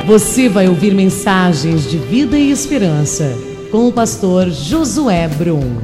Você vai ouvir mensagens de vida e esperança com o pastor Josué Brum.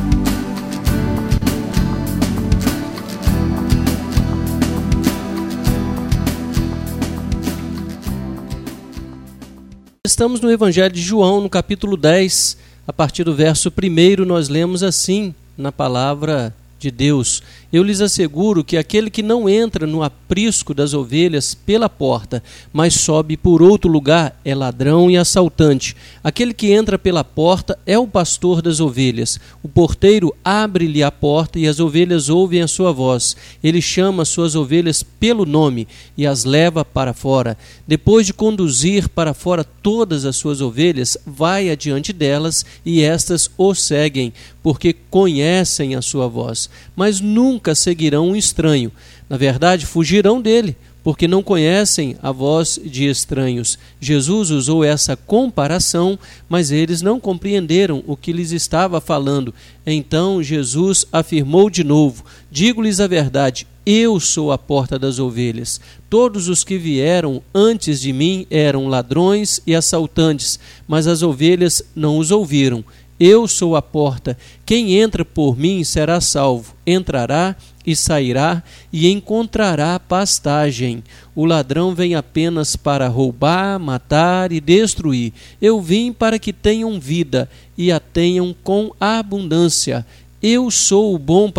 Estamos no Evangelho de João, no capítulo 10, a partir do verso 1, nós lemos assim na palavra de Deus: eu lhes asseguro que aquele que não entra no aprisco das ovelhas pela porta, mas sobe por outro lugar, é ladrão e assaltante. Aquele que entra pela porta é o pastor das ovelhas. O porteiro abre-lhe a porta e as ovelhas ouvem a sua voz. Ele chama as suas ovelhas pelo nome e as leva para fora. Depois de conduzir para fora todas as suas ovelhas, vai adiante delas e estas o seguem, porque conhecem a sua voz. Mas nunca seguirão um estranho. Na verdade, fugirão dele, porque não conhecem a voz de estranhos. Jesus usou essa comparação, mas eles não compreenderam o que lhes estava falando. Então Jesus afirmou de novo: digo-lhes a verdade, eu sou a porta das ovelhas. Todos os que vieram antes de mim eram ladrões e assaltantes, mas as ovelhas não os ouviram. Eu sou a porta. Quem entra por mim será salvo. Entrará e sairá e encontrará pastagem. O ladrão vem apenas para roubar, matar e destruir. Eu vim para que tenham vida e a tenham com abundância. Eu sou o bom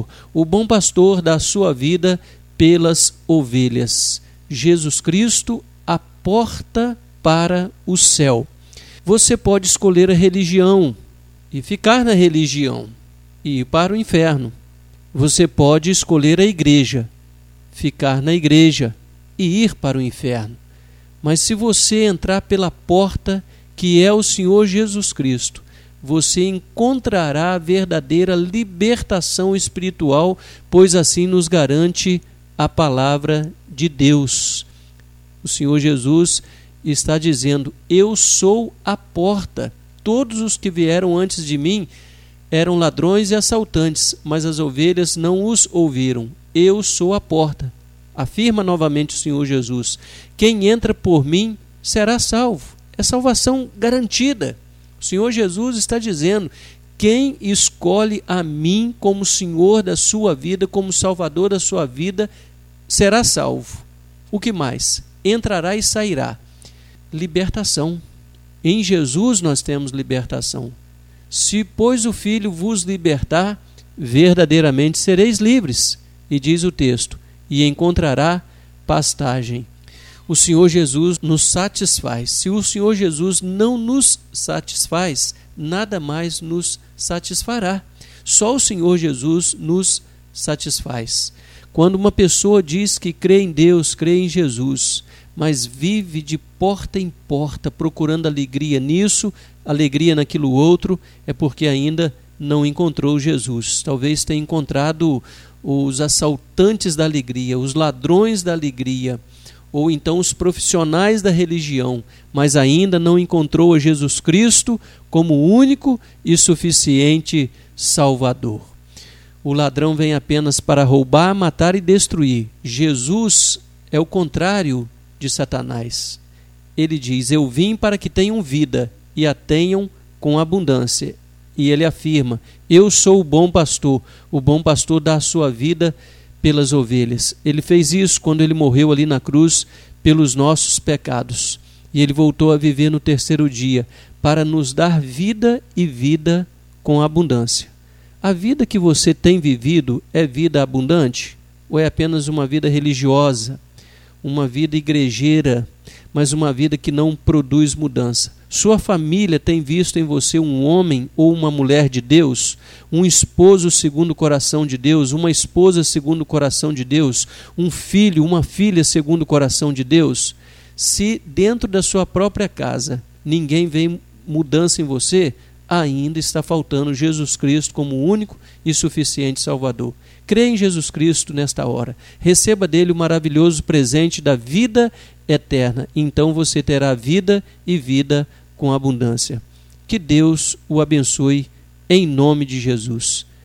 pastor dá sua vida pelas ovelhas. Jesus Cristo, a porta para o céu. Você pode escolher a religião e ficar na religião e ir para o inferno. Você pode escolher a igreja, ficar na igreja e ir para o inferno. Mas se você entrar pela porta, que é o Senhor Jesus Cristo, você encontrará a verdadeira libertação espiritual, pois assim nos garante a palavra de Deus. O Senhor Jesus está dizendo: eu sou a porta. Todos os que vieram antes de mim eram ladrões e assaltantes, mas as ovelhas não os ouviram. Eu sou a porta. Afirma novamente o Senhor Jesus: quem entra por mim será salvo. É salvação garantida. O Senhor Jesus está dizendo: quem escolhe a mim como Senhor da sua vida, como Salvador da sua vida, será salvo. O que mais? Entrará e sairá. Libertação. Em Jesus nós temos libertação. Se, pois, o Filho vos libertar, verdadeiramente sereis livres. E diz o texto: e encontrará pastagem. O Senhor Jesus nos satisfaz. Se o Senhor Jesus não nos satisfaz, nada mais nos satisfará. Só o Senhor Jesus nos satisfaz. Quando uma pessoa diz que crê em Deus, crê em Jesus, mas vive de porta em porta procurando alegria nisso, alegria naquilo outro, é porque ainda não encontrou Jesus. Talvez tenha encontrado os assaltantes da alegria, os ladrões da alegria, ou então os profissionais da religião, mas ainda não encontrou a Jesus Cristo como único e suficiente Salvador. O ladrão vem apenas para roubar, matar e destruir. Jesus é o contrário de Satanás. Ele diz: eu vim para que tenham vida e a tenham com abundância. E ele afirma: eu sou o bom pastor dá a sua vida pelas ovelhas. Ele fez isso quando ele morreu ali na cruz pelos nossos pecados. E ele voltou a viver no terceiro dia para nos dar vida e vida com abundância. A vida que você tem vivido é vida abundante? Ou é apenas uma vida religiosa, uma vida igrejeira, mas uma vida que não produz mudança? Sua família tem visto em você um homem ou uma mulher de Deus? Um esposo segundo o coração de Deus? Uma esposa segundo o coração de Deus? Um filho, uma filha segundo o coração de Deus? Se dentro da sua própria casa ninguém vê mudança em você, ainda está faltando Jesus Cristo como único e suficiente Salvador. Crê em Jesus Cristo nesta hora. Receba dele o maravilhoso presente da vida eterna. Então você terá vida e vida com abundância. Que Deus o abençoe em nome de Jesus.